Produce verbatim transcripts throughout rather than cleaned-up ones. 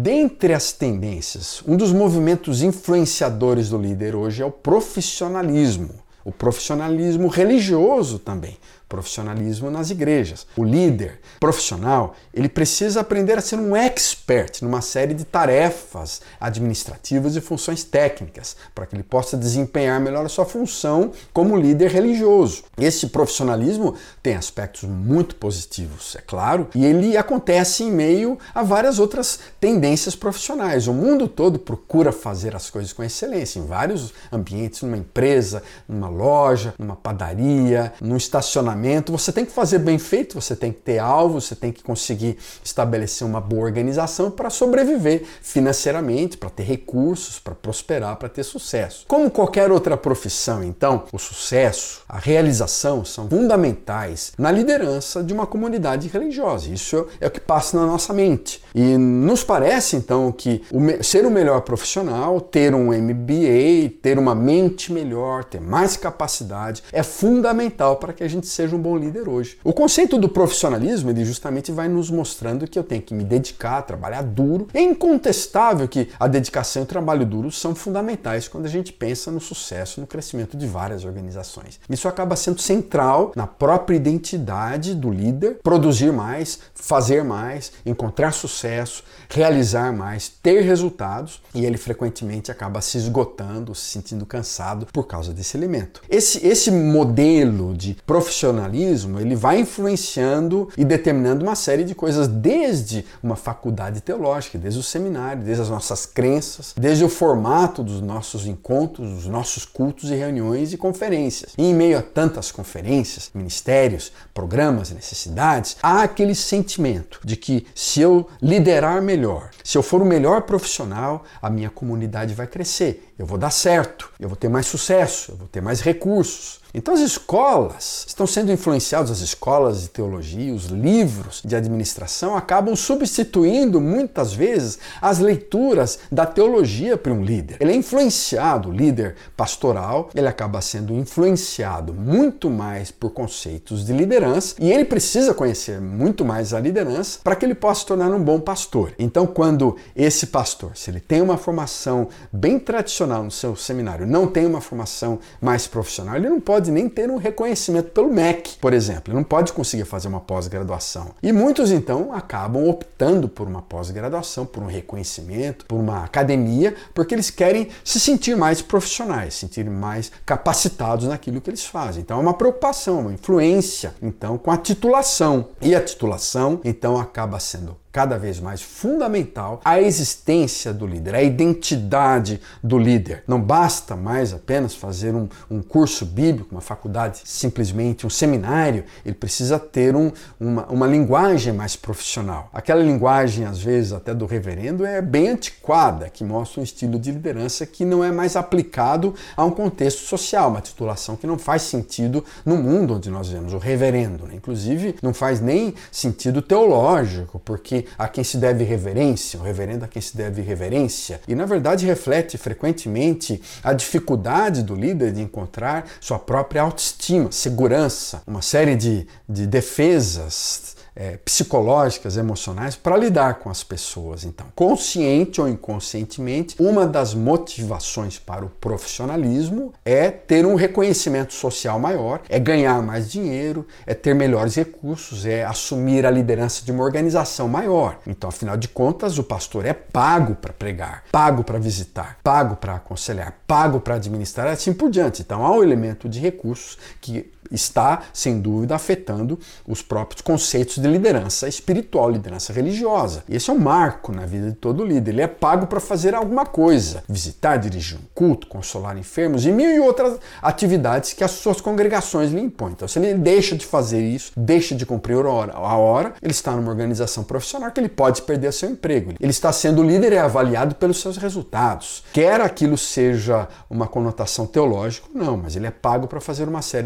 Dentre as tendências, um dos movimentos influenciadores do líder hoje é o profissionalismo. O profissionalismo religioso também. Profissionalismo nas igrejas. O líder profissional, ele precisa aprender a ser um expert numa série de tarefas administrativas e funções técnicas, para que ele possa desempenhar melhor a sua função como líder religioso. Esse profissionalismo tem aspectos muito positivos, é claro, e ele acontece em meio a várias outras tendências profissionais. O mundo todo procura fazer as coisas com excelência, em vários ambientes, numa empresa, numa loja, numa padaria, num estacionamento. Você tem que fazer bem feito, você tem que ter alvos, você tem que conseguir estabelecer uma boa organização para sobreviver financeiramente, para ter recursos, para prosperar, para ter sucesso. Como qualquer outra profissão, então, o sucesso, a realização são fundamentais na liderança de uma comunidade religiosa. Isso é o que passa na nossa mente. E nos parece, então, que ser o melhor profissional, ter um M B A, ter uma mente melhor, ter mais capacidade, é fundamental para que a gente seja um bom líder hoje. O conceito do profissionalismo, ele justamente vai nos mostrando que eu tenho que me dedicar, trabalhar duro. É incontestável que a dedicação e o trabalho duro são fundamentais quando a gente pensa no sucesso, no crescimento de várias organizações. Isso acaba sendo central na própria identidade do líder, produzir mais, fazer mais, encontrar sucesso, realizar mais, ter resultados, e ele frequentemente acaba se esgotando, se sentindo cansado por causa desse elemento. Esse, esse modelo de profissionalismo, ele vai influenciando e determinando uma série de coisas, desde uma faculdade teológica, desde o seminário, desde as nossas crenças, desde o formato dos nossos encontros, dos nossos cultos e reuniões e conferências. E em meio a tantas conferências, ministérios, programas, necessidades, há aquele sentimento de que se eu liderar melhor, se eu for o melhor profissional, a minha comunidade vai crescer, eu vou dar certo, eu vou ter mais sucesso, eu vou ter mais recursos. Então as escolas estão sendo influenciadas, as escolas de teologia, os livros de administração acabam substituindo muitas vezes as leituras da teologia para um líder. Ele é influenciado, o líder pastoral, ele acaba sendo influenciado muito mais por conceitos de liderança, e ele precisa conhecer muito mais a liderança para que ele possa se tornar um bom pastor. Então quando esse pastor, se ele tem uma formação bem tradicional no seu seminário, não tem uma formação mais profissional, ele não pode nem ter um reconhecimento pelo M E C, por exemplo. Ele não pode conseguir fazer uma pós-graduação. E muitos, então, acabam optando por uma pós-graduação, por um reconhecimento, por uma academia, porque eles querem se sentir mais profissionais, se sentir mais capacitados naquilo que eles fazem. Então, é uma preocupação, uma influência, então, com a titulação. E a titulação, então, acaba sendo cada vez mais fundamental a existência do líder, a identidade do líder. Não basta mais apenas fazer um, um curso bíblico, uma faculdade, simplesmente um seminário. Ele precisa ter um, uma, uma linguagem mais profissional. Aquela linguagem, às vezes, até do reverendo, é bem antiquada, que mostra um estilo de liderança que não é mais aplicado a um contexto social, uma titulação que não faz sentido no mundo onde nós vemos o reverendo, né? Inclusive, não faz nem sentido teológico, porque a quem se deve reverência, o reverendo a quem se deve reverência, e na verdade reflete frequentemente a dificuldade do líder de encontrar sua própria autoestima, segurança, uma série de, de defesas É, psicológicas, emocionais, para lidar com as pessoas. Então, consciente ou inconscientemente, uma das motivações para o profissionalismo é ter um reconhecimento social maior, é ganhar mais dinheiro, é ter melhores recursos, é assumir a liderança de uma organização maior. Então, afinal de contas, o pastor é pago para pregar, pago para visitar, pago para aconselhar, pago para administrar, assim por diante. Então, há um elemento de recursos que está, sem dúvida, afetando os próprios conceitos de liderança espiritual, liderança religiosa. E esse é um marco na vida de todo líder. Ele é pago para fazer alguma coisa, visitar, dirigir um culto, consolar enfermos e mil e outras atividades que as suas congregações lhe impõem. Então, se ele deixa de fazer isso, deixa de cumprir a hora, a hora, ele está numa organização profissional que ele pode perder seu emprego. Ele está sendo líder e é avaliado pelos seus resultados. Quer aquilo seja uma conotação teológica, não, mas ele é pago para fazer uma série de atividades.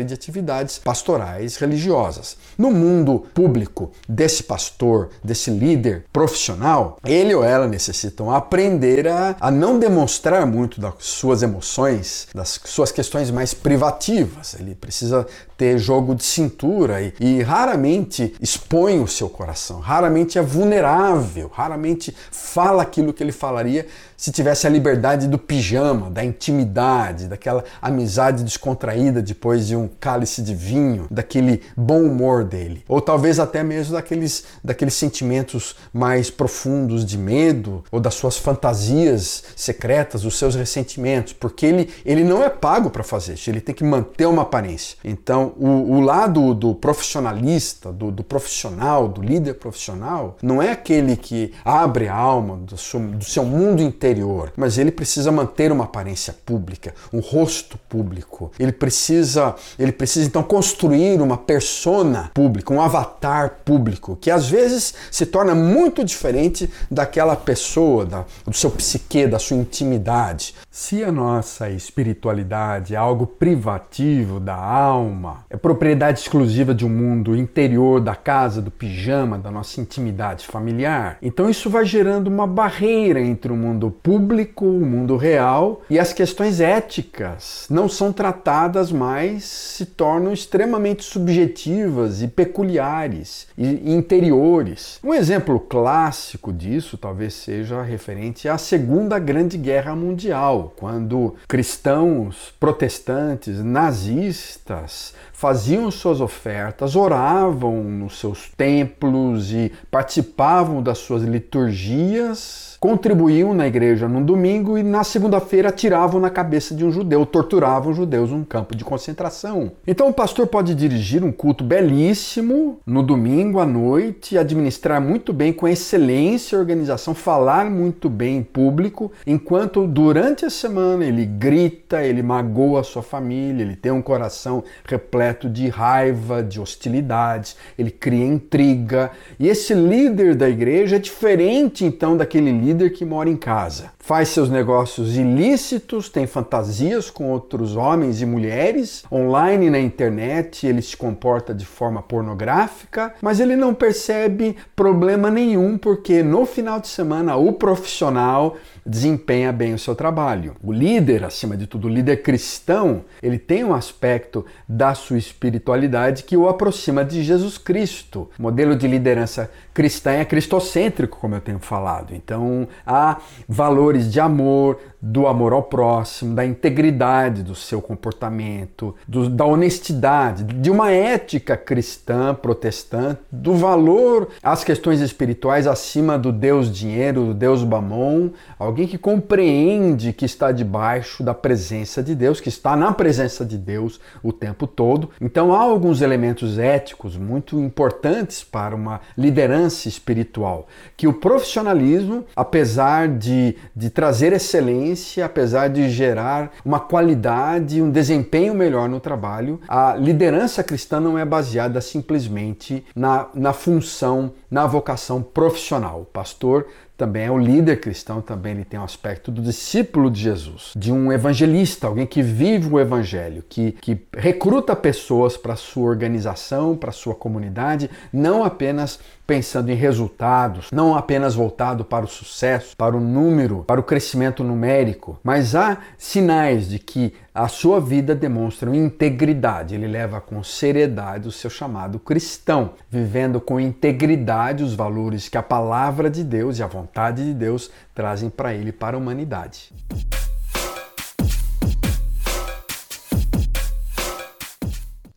atividades pastorais religiosas. No mundo público desse pastor, desse líder profissional, ele ou ela necessitam aprender a, a não demonstrar muito das suas emoções, das suas questões mais privativas. Ele precisa ter jogo de cintura e, e raramente expõe o seu coração, raramente é vulnerável, raramente fala aquilo que ele falaria se tivesse a liberdade do pijama, da intimidade, daquela amizade descontraída depois de um cálice de vinho, daquele bom humor dele. Ou talvez até mesmo daqueles, daqueles sentimentos mais profundos de medo ou das suas fantasias secretas, dos seus ressentimentos, porque ele, ele não é pago para fazer isso, ele tem que manter uma aparência. Então, o, o lado do profissionalista, do, do profissional, do líder profissional, não é aquele que abre a alma do seu, do seu mundo inteiro, Interior, mas ele precisa manter uma aparência pública, um rosto público. Ele precisa, ele precisa então construir uma persona pública, um avatar público, que às vezes se torna muito diferente daquela pessoa, da, do seu psique, da sua intimidade. Se a nossa espiritualidade é algo privativo da alma, é propriedade exclusiva de um mundo interior, da casa, do pijama, da nossa intimidade familiar, então isso vai gerando uma barreira entre o mundo público, o mundo real, e as questões éticas não são tratadas mais, se tornam extremamente subjetivas e peculiares e interiores. Um exemplo clássico disso talvez seja referente à Segunda Grande Guerra Mundial, quando cristãos, protestantes, nazistas faziam suas ofertas, oravam nos seus templos e participavam das suas liturgias, contribuíam na igreja no domingo e na segunda-feira atiravam na cabeça de um judeu, torturavam judeus num campo de concentração. Então o pastor pode dirigir um culto belíssimo no domingo à noite, administrar muito bem, com excelência a organização, falar muito bem em público, enquanto durante a semana ele grita, ele magoa a sua família, ele tem um coração repleto de raiva, de hostilidade, ele cria intriga. E esse líder da igreja é diferente então daquele líder que mora em casa. Faz seus negócios ilícitos, tem fantasias com outros homens e mulheres, online na internet ele se comporta de forma pornográfica, mas ele não percebe problema nenhum porque no final de semana o profissional desempenha bem o seu trabalho. O líder, acima de tudo, o líder cristão, ele tem um aspecto da sua espiritualidade que o aproxima de Jesus Cristo. O modelo de liderança cristã é cristocêntrico, como eu tenho falado. Então, há valores de amor, do amor ao próximo, da integridade do seu comportamento, do, da honestidade, de uma ética cristã protestante, do valor às questões espirituais acima do Deus dinheiro, do Deus Mamon, alguém que compreende que está debaixo da presença de Deus, que está na presença de Deus o tempo todo. Então há alguns elementos éticos muito importantes para uma liderança espiritual, que o profissionalismo, apesar de, de trazer excelência, apesar de gerar uma qualidade, um desempenho melhor no trabalho, a liderança cristã não é baseada simplesmente na, na função, na vocação profissional. O pastor também é o líder cristão, também ele tem um aspecto do discípulo de Jesus, de um evangelista, alguém que vive o evangelho, que, que recruta pessoas para a sua organização, para a sua comunidade, não apenas pensando em resultados, não apenas voltado para o sucesso, para o número, para o crescimento numérico, mas há sinais de que a sua vida demonstra integridade. Ele leva com seriedade o seu chamado cristão, vivendo com integridade os valores que a palavra de Deus e a vontade de Deus trazem para ele e para a humanidade.